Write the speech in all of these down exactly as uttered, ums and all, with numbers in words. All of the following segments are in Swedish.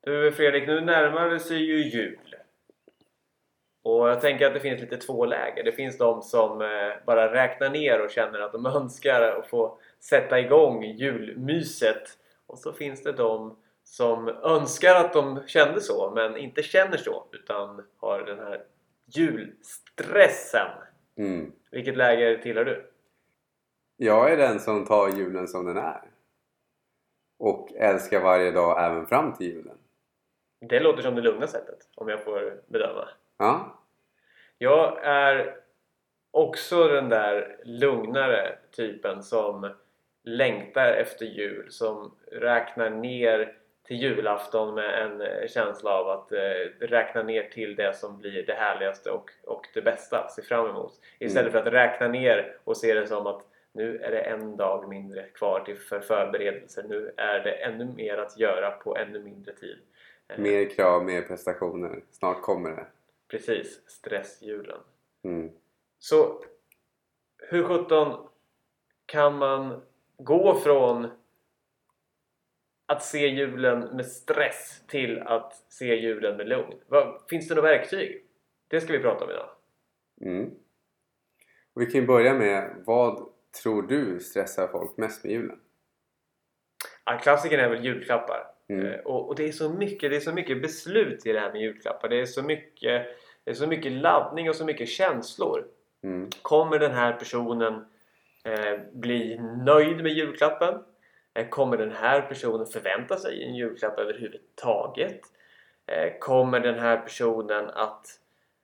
Du Fredrik, nu närmar det sig ju jul. Och jag tänker att det finns lite två läger. Det finns de som eh, bara räknar ner och känner att de önskar att få sätta igång julmyset. Och så finns det de som önskar att de kände så, men inte känner så, utan har den här julstressen. Mm. Vilket läger tillhör du? Jag är den som tar julen som den är. Och älskar varje dag även fram till julen. Det låter som det lugna sättet, om jag får bedöma. Ja. Jag är också den där lugnare typen som längtar efter jul, som räknar ner till julafton med en känsla av att eh, räkna ner till det som blir det härligaste och, och det bästa, se fram emot. Istället för att räkna ner och se det som att nu är det en dag mindre kvar till för förberedelser. Nu är det ännu mer att göra på ännu mindre tid. Mer krav, mer prestationer. Snart kommer det. Precis, stressjulen. Mm. Så hur sjutton kan man gå från att se julen med stress till att se julen med lugn? Vad, finns det några verktyg? Det ska vi prata om idag. Mm. Och vi kan ju börja med, vad tror du stressar folk mest med julen? Ja, klassikern är väl julklappar. Mm. Eh, och, och det är så mycket, det är så mycket beslut i det här med julklappar. Det är så mycket, det är så mycket laddning och så mycket känslor. Mm. Kommer den här personen eh, bli nöjd med julklappen? Eh, kommer den här personen förvänta sig en julklapp överhuvudtaget? Eh, kommer den här personen att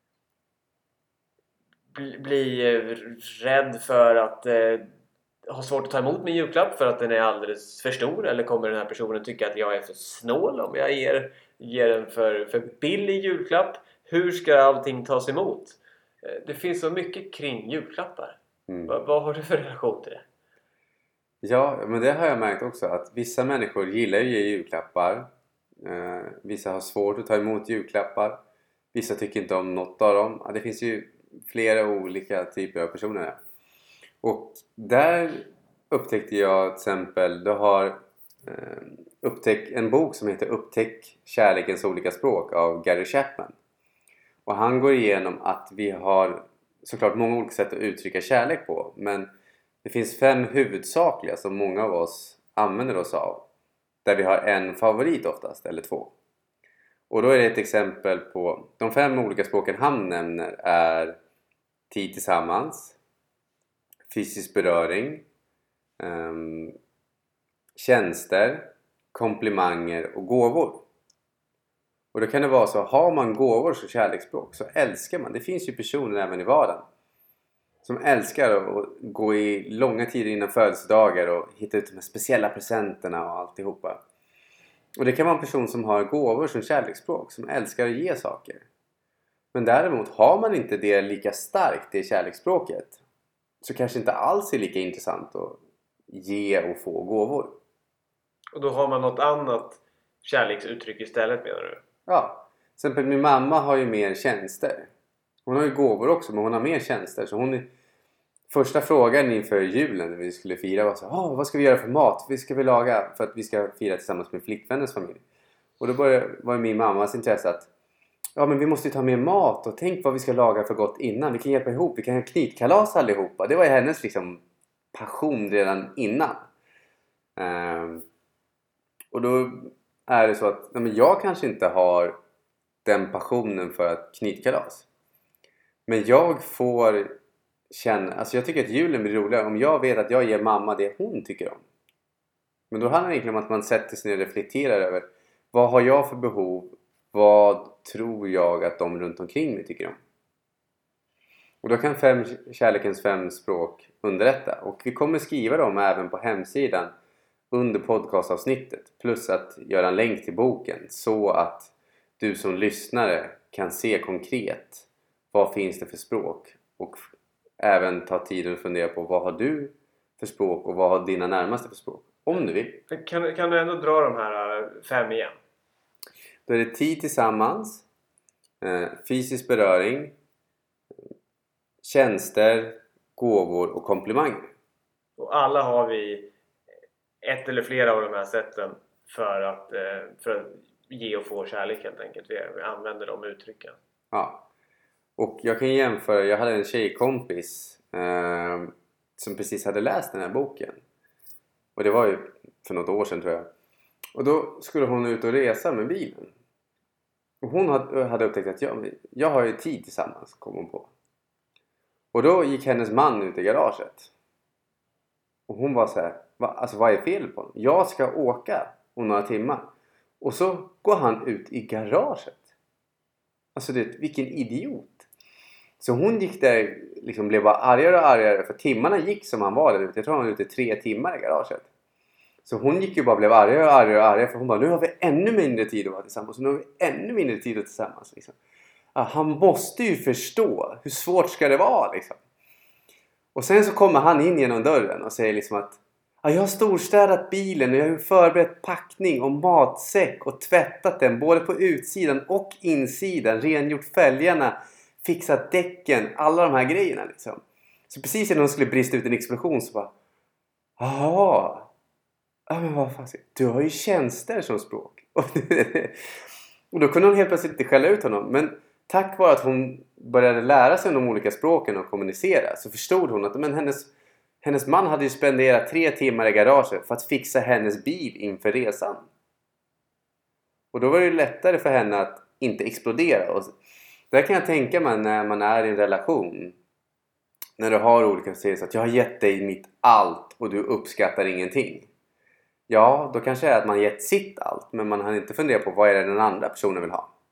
bli, bli eh, rädd för att eh, ha svårt att ta emot min julklapp för att den är alldeles för stor? Eller kommer den här personen tycka att jag är för snål om jag ger, ger en för, för billig julklapp? Hur ska allting tas emot? Det finns så mycket kring julklappar. Mm. Vad, vad har du för relation till det? Ja, men det har jag märkt också, att vissa människor gillar ju att ge julklappar. Eh, vissa har svårt att ta emot julklappar. Vissa tycker inte om något av dem. Ja, det finns ju flera olika typer av personer här. Och där upptäckte jag till exempel, du har eh, upptäck, en bok som heter Upptäck kärlekens olika språk av Gary Chapman. Och han går igenom att vi har såklart många olika sätt att uttrycka kärlek på. Men det finns fem huvudsakliga som många av oss använder oss av. Där vi har en favorit oftast, eller två. Och då är det ett exempel på, de fem olika språken han nämner är tid tillsammans, fysisk beröring, um, tjänster, komplimanger och gåvor. Och då kan det vara så, har man gåvor som kärleksspråk så älskar man. Det finns ju personer även i vardagen som älskar att gå i långa tider innan födelsedagar och hitta ut de här speciella presenterna och alltihopa. Och det kan vara en person som har gåvor som kärleksspråk, som älskar att ge saker. Men däremot har man inte det lika starkt, det kärleksspråket, så kanske inte alls är lika intressant att ge och få gåvor. Och då har man något annat kärleksuttryck istället, menar du? Ja, till exempel min mamma har ju mer tjänster. Hon har ju gåvor också, men hon har mer tjänster. Så hon, första frågan inför julen när vi skulle fira var så här, Åh, vad ska vi göra för mat? Vi ska vi laga för att vi ska fira tillsammans med flickvännens familj. Och då började, var min mammas intresse att ja, men vi måste ju ta med mat och tänk vad vi ska laga för gott innan. Vi kan hjälpa ihop, vi kan ha knytkalas allihopa. Det var ju hennes liksom passion redan innan. Um, och då är det så att nej, men jag kanske inte har den passionen för att knytkalas. Men jag får känna, alltså jag tycker att julen blir roligare om jag vet att jag ger mamma det hon tycker om. Men då handlar det egentligen om att man sätter sig ner och reflekterar över vad har jag för behov, vad tror jag att de runt omkring mig tycker om. Och då kan fem, kärlekens fem språk underlätta. Och vi kommer skriva dem även på hemsidan under podcastavsnittet. Plus att göra en länk till boken så att du som lyssnare kan se konkret vad finns det för språk. Och även ta tiden att fundera på vad har du för språk och vad har dina närmaste för språk. Om du vill. Kan, kan du ändå dra de här fem igen? Då är det tid tillsammans, fysisk beröring, tjänster, gåvor och komplimanger. Och alla har vi ett eller flera av de här sätten för att, för att ge och få kärlek helt enkelt. Vi använder de uttrycken. Ja. Och jag kan jämföra, jag hade en tjejkompis eh, som precis hade läst den här boken. Och det var ju för något år sedan tror jag. Och då skulle hon ut och resa med bilen. Och hon hade, hade upptäckt att jag, jag har ju tid tillsammans, kom hon på. Och då gick hennes man ut i garaget. Och hon var så här, Va, alltså vad är fel på honom? Jag ska åka om några timmar. Och så går han ut i garaget. Alltså det, vilken idiot. Så hon gick där, liksom blev bara argare och argare. För timmarna gick som han var där ute. Jag tror han var ute tre timmar i garaget. Så hon gick ju bara och blev argare och argare och argare. För hon bara, nu har vi ännu mindre tid att vara tillsammans. Och nu har vi ännu mindre tid att vara tillsammans. Liksom. Ja, han måste ju förstå. Hur svårt ska det vara liksom. Och sen så kommer han in genom dörren och säger liksom att ja, jag har storstädat bilen och jag har förberett packning och matsäck och tvättat den både på utsidan och insidan. Rengjort fälgarna, fixat däcken, alla de här grejerna liksom. Så precis när hon skulle brista ut en explosion så bara jaha. Ja men vad fan, du har ju tjänster som språk. Och då kunde hon helt plötsligt inte skälla ut honom. Men tack vare att hon började lära sig de olika språken och kommunicera så förstod hon att men hennes, hennes man hade ju spenderat tre timmar i garaget för att fixa hennes bil inför resan. Och då var det lättare för henne att inte explodera. Och där kan jag tänka mig när man är i en relation. När du har olika säger så att jag har gett dig mitt allt och du uppskattar ingenting. Ja, då kanske det är att man gett sitt allt. Men man har inte funderat på vad är det den andra personen vill ha.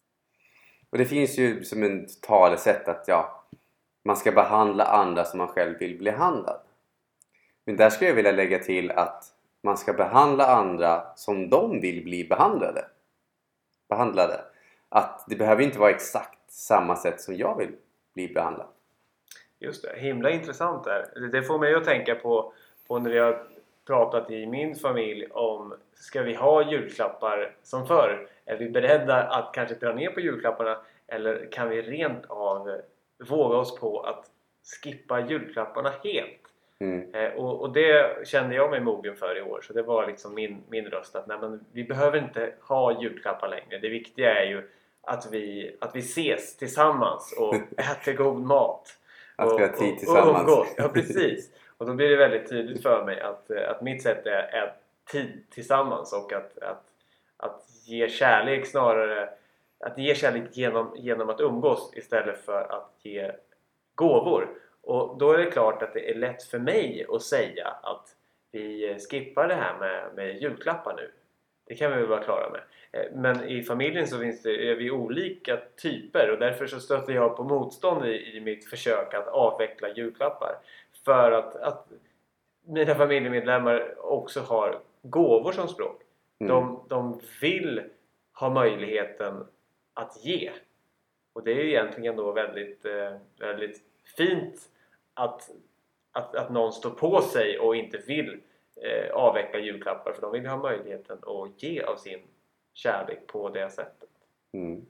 Och det finns ju som en talesätt att ja, man ska behandla andra som man själv vill bli behandlad. Men där skulle jag vilja lägga till att man ska behandla andra som de vill bli behandlade. Behandlade. Att det behöver inte vara exakt samma sätt som jag vill bli behandlad. Just det, himla intressant där. Det får mig att tänka på, på när vi har pratat i min familj om ska vi ha julklappar som förr? Är vi beredda att kanske dra ner på julklapparna? Eller kan vi rent av våga oss på att skippa julklapparna helt? Mm. Eh, och, och det kände jag mig mogen för i år. Så det var liksom min, min röst att nej, men vi behöver inte ha julklappar längre. Det viktiga är ju att vi, att vi ses tillsammans och äter god mat. Att vi har och, tid och, tillsammans. och umgås. Ja, precis. Och då blir det väldigt tydligt för mig att, att mitt sätt är, är tid tillsammans och att, att, att ge kärlek snarare att ge kärlek genom, genom att umgås istället för att ge gåvor. Och då är det klart att det är lätt för mig att säga att vi skippar det här med, med julklappar nu. Det kan vi väl vara klara med. Men i familjen så finns det, är vi olika typer och därför så stöter jag på motstånd i, i mitt försök att avveckla julklappar. För att, att mina familjemedlemmar också har gåvor som språk. Mm. De, de vill ha möjligheten att ge. Och det är ju egentligen då väldigt, väldigt fint att, att, att någon står på sig och inte vill eh, avveckla julklappar. För de vill ha möjligheten att ge av sin kärlek på det sättet. Mm.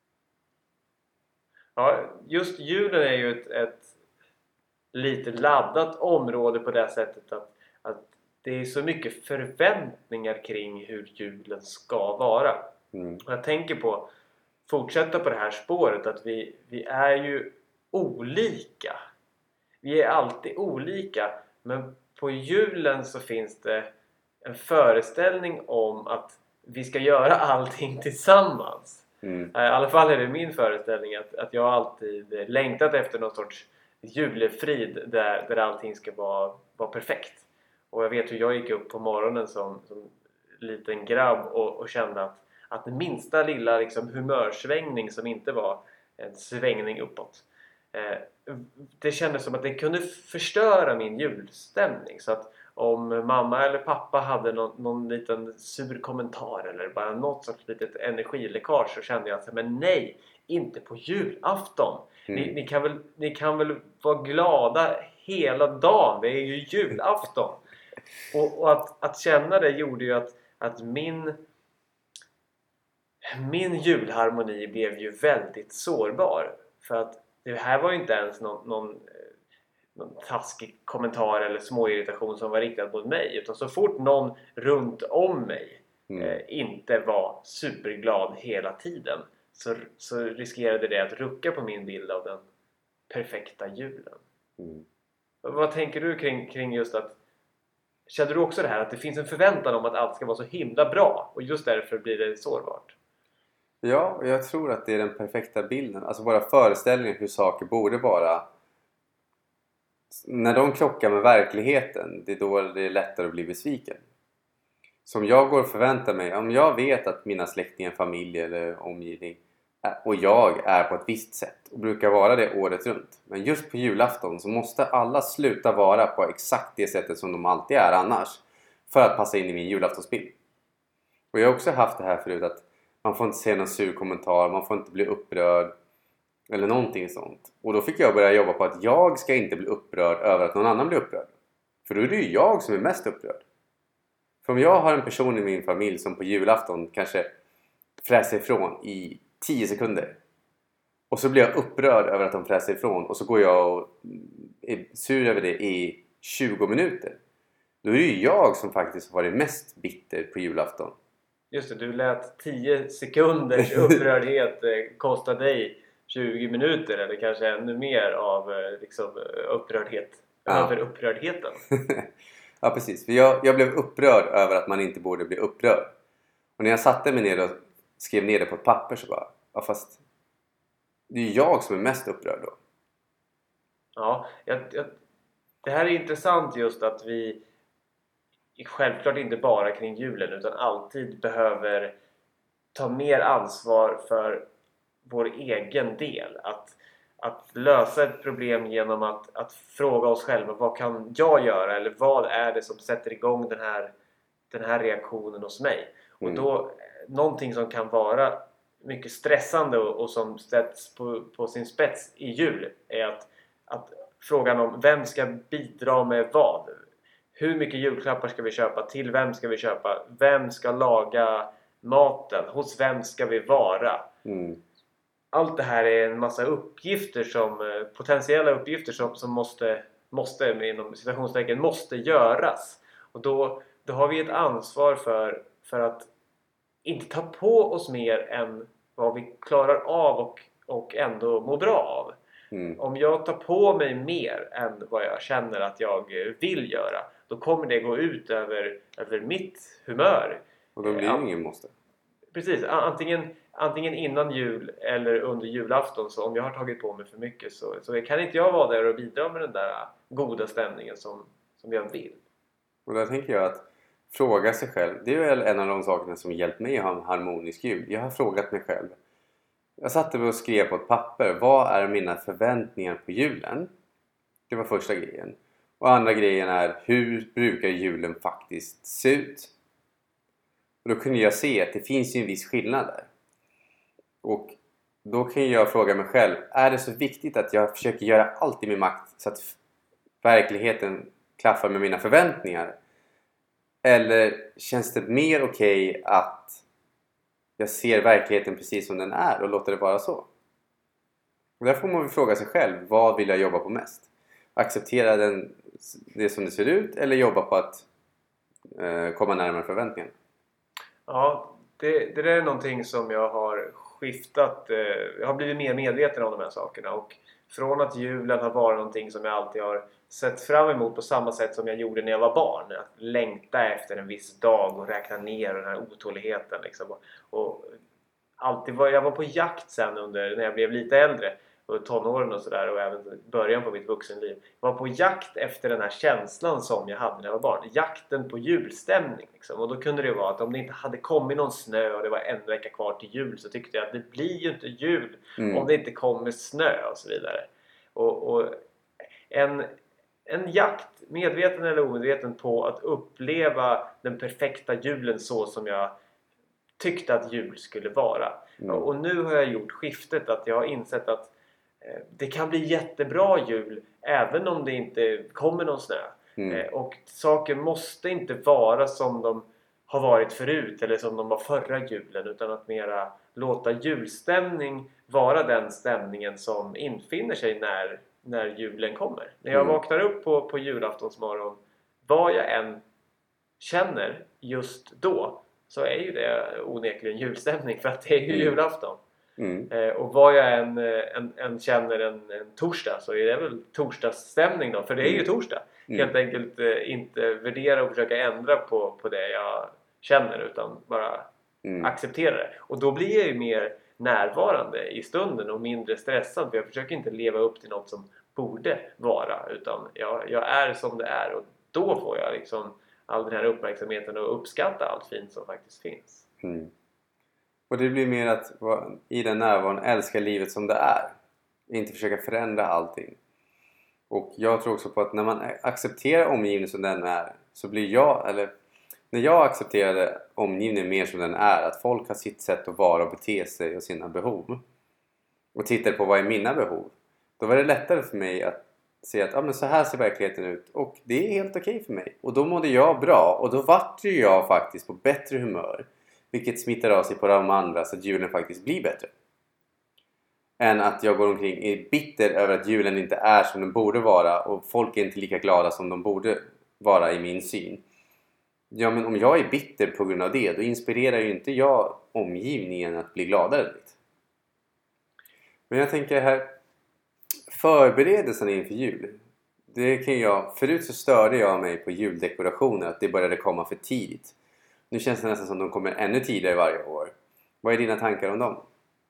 Ja, just julen är ju ett, ett lite laddat område på det sättet att, att det är så mycket förväntningar kring hur julen ska vara. Mm. Och jag tänker på fortsätta på det här spåret att vi, vi är ju olika. Vi är alltid olika, men på julen så finns det en föreställning om att vi ska göra allting tillsammans. Mm. I alla fall är det min föreställning att, att jag alltid längtat efter någon sorts julefrid där, där allting ska vara, vara perfekt. Och jag vet hur jag gick upp på morgonen som, som liten grabb och, och kände att, att den minsta lilla liksom, humörsvängning som inte var en svängning uppåt. Eh, det kändes som att det kunde förstöra min julstämning. Så att om mamma eller pappa hade någon, någon liten sur kommentar eller bara något sorts litet energiläckage så kände jag att men nej, inte på julafton. Mm. Ni, ni, kan väl, ni kan väl vara glada hela dagen, det är ju julafton. Och, och att, att känna det gjorde ju att, att min, min julharmoni blev ju väldigt sårbar. För att det här var ju inte ens någon, någon, någon taskig kommentar eller små irritation som var riktad mot mig. Utan så fort någon runt om mig mm. eh, inte var superglad hela tiden, så, så riskerade det att rucka på min bild av den perfekta julen. Mm. Vad tänker du kring, kring just att, känner du också det här att det finns en förväntan om att allt ska vara så himla bra och just därför blir det sårbart? Ja, jag tror att det är den perfekta bilden. Alltså våra föreställningar hur saker borde vara. När de krockar med verkligheten, det är då det är lättare att bli besviken. Som jag går och förväntar mig, om jag vet att mina släktingar, familj eller omgivning och jag är på ett visst sätt och brukar vara det året runt. Men just på julafton så måste alla sluta vara på exakt det sättet som de alltid är annars. För att passa in i min julaftonsbild. Och jag har också haft det här förut att man får inte säga någon sur kommentar, man får inte bli upprörd eller någonting sånt. Och då fick jag börja jobba på att jag ska inte bli upprörd över att någon annan blir upprörd. För då är det ju jag som är mest upprörd. För om jag har en person i min familj som på julafton kanske fräser ifrån i tio sekunder. Och så blir jag upprörd över att de fräser ifrån. Och så går jag och är sur över det i tjugo minuter. Då är det ju jag som faktiskt har varit mest bitter på julafton. Just det, du lät tio sekunders upprördhet kosta dig tjugo minuter eller kanske ännu mer av liksom, upprördhet Ja. över upprördheten. Ja, precis. För jag, jag blev upprörd över att man inte borde bli upprörd. Och när jag satte mig ner och skrev ner det på ett papper så bara, ja fast det är jag som är mest upprörd då. Ja, jag, jag, det här är intressant just att vi självklart inte bara kring julen utan alltid behöver ta mer ansvar för vår egen del. Att, att lösa ett problem genom att, att fråga oss själva, vad kan jag göra? Eller vad är det som sätter igång den här, den här reaktionen hos mig? Och Mm. då, någonting som kan vara mycket stressande och, och som sätts på, på sin spets i jul är att, att frågan om vem ska bidra med vad? Hur mycket julklappar ska vi köpa? Till vem ska vi köpa? Vem ska laga maten? Hos vem ska vi vara? Mm. Allt det här är en massa uppgifter som, potentiella uppgifter som, som måste, måste, inom citationstecken, måste göras. Och då, då har vi ett ansvar för, för att inte ta på oss mer än vad vi klarar av och, och ändå må bra av. Mm. Om jag tar på mig mer än vad jag känner att jag vill göra, då kommer det gå ut över, över mitt humör. Och då blir det Ja, ingen måste. precis, antingen, antingen innan jul eller under julafton. Så om jag har tagit på mig för mycket så, så kan inte jag vara där och bidra med den där goda stämningen som, som jag vill. Och där tänker jag att fråga sig själv, det är väl en av de sakerna som hjälpt mig att ha en harmonisk jul. Jag har frågat mig själv. Jag satte mig och skrev på ett papper, vad är mina förväntningar på julen? Det var första grejen. Och andra grejen är, hur brukar julen faktiskt se ut? Och då kunde jag se att det finns ju en viss skillnad där. Och då kan jag fråga mig själv, är det så viktigt att jag försöker göra allt i min makt så att verkligheten klaffar med mina förväntningar? Eller känns det mer okej okay att jag ser verkligheten precis som den är och låter det vara så? Och där får man väl fråga sig själv, vad vill jag jobba på mest? Acceptera den, det som det ser ut eller jobba på att eh, komma närmare förväntningarna? Ja, det, det där är någonting som jag har skiftat. Eh, jag har blivit mer medveten om de här sakerna. Och från att julen har varit någonting som jag alltid har sett fram emot på samma sätt som jag gjorde när jag var barn. Att längta efter en viss dag och räkna ner den här otåligheten. Liksom. Och, och alltid var, jag var på jakt sen under, när jag blev lite äldre. Och tonåren och sådär, och även början på mitt vuxenliv. Jag var på jakt efter den här känslan som jag hade när jag var barn. Jakten på julstämning liksom. Och då kunde det vara att om det inte hade kommit någon snö och det var en vecka kvar till jul, så tyckte jag att det blir ju inte jul mm. om det inte kommer snö och så vidare. Och, och en, en jakt, medveten eller omedveten, på att uppleva den perfekta julen så som jag tyckte att jul skulle vara. Mm. Och nu har jag gjort skiftet att jag har insett att det kan bli jättebra jul även om det inte kommer någon snö. Mm. Och saker måste inte vara som de har varit förut eller som de var förra julen, utan att mera låta julstämning vara den stämningen som infinner sig när, när julen kommer. När jag mm. vaknar upp på, på julaftonsmorgon, vad jag än känner just då, så är ju det onekligen julstämning, för att det är ju Mm. julafton. Mm. Eh, och vad jag än, en, en känner en, en torsdag, så är det väl torsdagsstämning då, för det är ju Mm. torsdag. Mm. Helt enkelt eh, inte värdera och försöka ändra på, på det jag känner, utan bara Mm. acceptera det. Och då blir jag ju mer närvarande i stunden och mindre stressad, för jag försöker inte leva upp till något som borde vara, utan jag, jag är som det är, och då får jag liksom all den här uppmärksamheten och uppskatta allt fint som faktiskt finns. Mm. Och det blir mer att vara i den närvaron älska livet som det är. Inte försöka förändra allting. Och jag tror också på att när man accepterar omgivningen som den är, så blir jag, eller när jag accepterade omgivningen mer som den är, att folk har sitt sätt att vara och bete sig och sina behov, och tittar på vad är mina behov, då var det lättare för mig att se att ah, men så här ser verkligheten ut och det är helt okej för mig. Och då mådde jag bra, och då vart ju jag faktiskt på bättre humör, vilket smittar av sig på de andra, så att julen faktiskt blir bättre. Än att jag går omkring är bitter över att julen inte är som den borde vara, och folk är inte lika glada som de borde vara i min syn. Ja, men om jag är bitter på grund av det, då inspirerar ju inte jag omgivningen att bli gladare. Men jag tänker här, förberedelsen inför jul, det kan jag, förut så störde jag mig på juldekorationer, att det började komma för tidigt. Nu känns det nästan som de kommer ännu tidigare varje år. Vad är dina tankar om dem?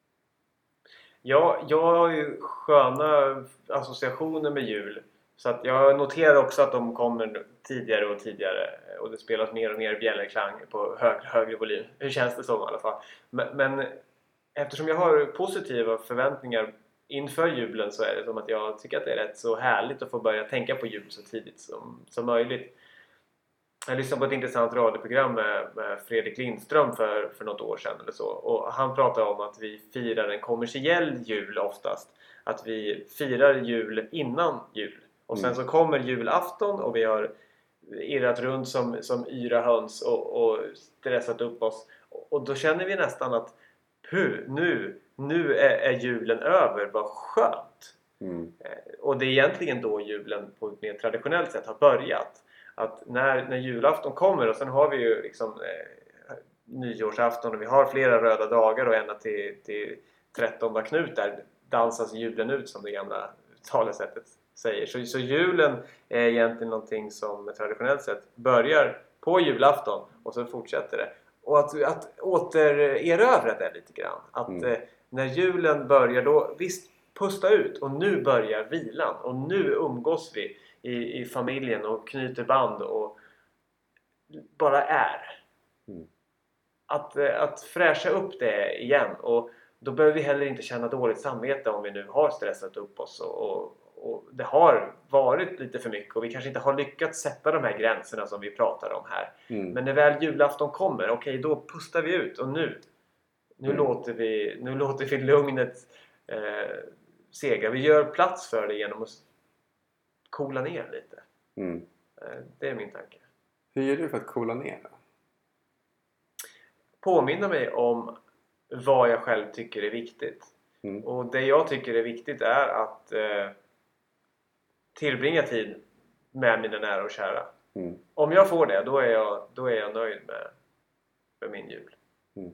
Ja, jag har ju sköna associationer med jul. Så att jag noterar också att de kommer tidigare och tidigare. Och det spelas mer och mer bjällerklang på högre, högre volym. Hur känns det som i alla fall? Men, men eftersom jag har positiva förväntningar inför julen, så är det som att jag tycker att det är rätt så härligt att få börja tänka på jul så tidigt som, som möjligt. Jag lyssnade på ett intressant radioprogram med, med Fredrik Lindström för, för något år sedan eller så. Och han pratade om att vi firar en kommersiell jul oftast. Att vi firar jul innan jul. Och sen så kommer julafton och vi har irrat runt som, som yra höns och, och stressat upp oss. Och då känner vi nästan att Puh, nu, nu är, är julen över, vad skönt. Mm. Och det är egentligen då julen på ett mer traditionellt sätt har börjat. Att när, när julafton kommer, och sen har vi ju liksom eh, nyårsafton och vi har flera röda dagar, och ända till, till trettonde Knut där dansas julen ut, som det gamla talesättet säger. Så, så julen är egentligen någonting som traditionellt sett börjar på julafton och så fortsätter det. Och att, att återerövra det lite grann. Att Mm. eh, när julen börjar, då visst, pusta ut, och nu börjar vilan, och nu umgås vi i, i familjen och knyter band och bara är. Mm. Att, eh, att fräscha upp det igen, och då behöver vi heller inte känna dåligt samvete om vi nu har stressat upp oss och, och, och det har varit lite för mycket och vi kanske inte har lyckats sätta de här gränserna som vi pratar om här. Mm. Men när väl julafton kommer, okej, då pustar vi ut, och nu nu, Mm. låter, vi, nu låter vi lugnet eh, segra. Vi gör plats för det genom att coola ner lite. Mm. Eh, det är min tanke. Hur gör du för att coola ner då? Påminna mig om vad jag själv tycker är viktigt. Mm. Och det jag tycker är viktigt är att eh, tillbringa tid med mina nära och kära. Mm. Om jag får det, då är jag, då är jag nöjd med, med min jul. Mm.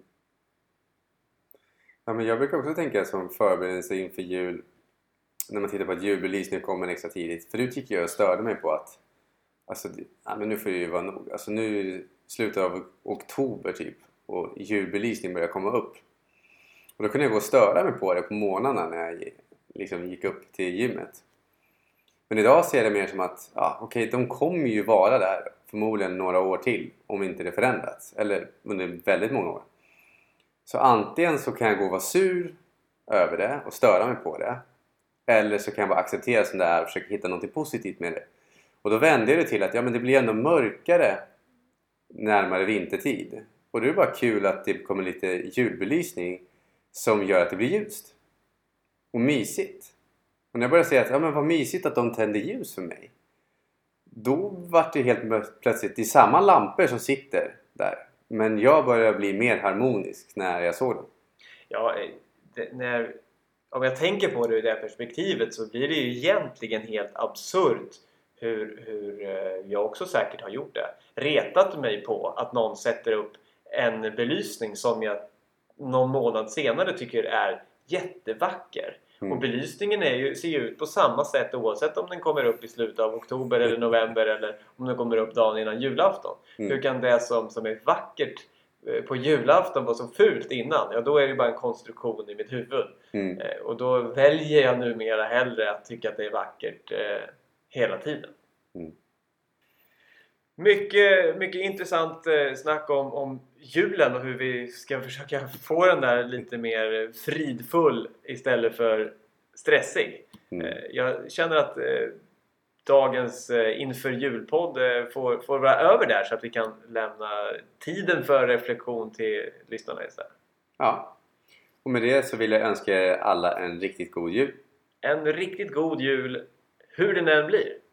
Ja, men jag brukar också tänka som förberedelse inför jul, när man tittar på att julbelysningen kommer extra tidigt. Förut gick jag och störde mig på att alltså, ja, men nu får det ju vara nog. Alltså nu är det slutet av oktober typ, och julbelysningen börjar komma upp. Och då kunde jag gå och störa mig på det på morgnarna när jag liksom gick upp till gymmet. Men idag ser jag det mer som att ja, okej, de kommer ju vara där förmodligen några år till, om inte det förändrats. Eller under väldigt många år. Så antingen så kan jag gå och vara sur över det och störa mig på det. Eller så kan jag bara acceptera som det är och försöka hitta något positivt med det. Och då vänder det till att ja, men det blir ändå mörkare närmare vintertid. Och då är det bara kul att det kommer lite julbelysning som gör att det blir ljust. Och mysigt. Och när jag börjar säga att ja, men vad mysigt att de tänder ljus för mig. Då var det helt plötsligt det är samma lampor som sitter där. Men jag börjar bli mer harmonisk när jag såg dem. Ja, det, när, om jag tänker på det ur det perspektivet så blir det ju egentligen helt absurt hur, hur jag också säkert har gjort det. Retat mig på att någon sätter upp en belysning som jag någon månad senare tycker är jättevacker. Mm. Och belysningen är ju, ser ju ut på samma sätt oavsett om den kommer upp i slutet av oktober eller november eller om den kommer upp dagen innan julafton. Mm. Hur kan det som, som är vackert på julafton vara så fult innan? Ja, då är det bara en konstruktion i mitt huvud. Mm. Eh, och då väljer jag numera hellre att tycka att det är vackert eh, hela tiden. Mm. Mycket, mycket intressant eh, snack om, om julen och hur vi ska försöka få den där lite mer fridfull istället för stressig. Mm. Eh, jag känner att eh, dagens eh, inför julpodd eh, får, får vara över där så att vi kan lämna tiden för reflektion till lyssnarna istället. Ja, och med det så vill jag önska alla en riktigt god jul. En riktigt god jul, hur den än blir.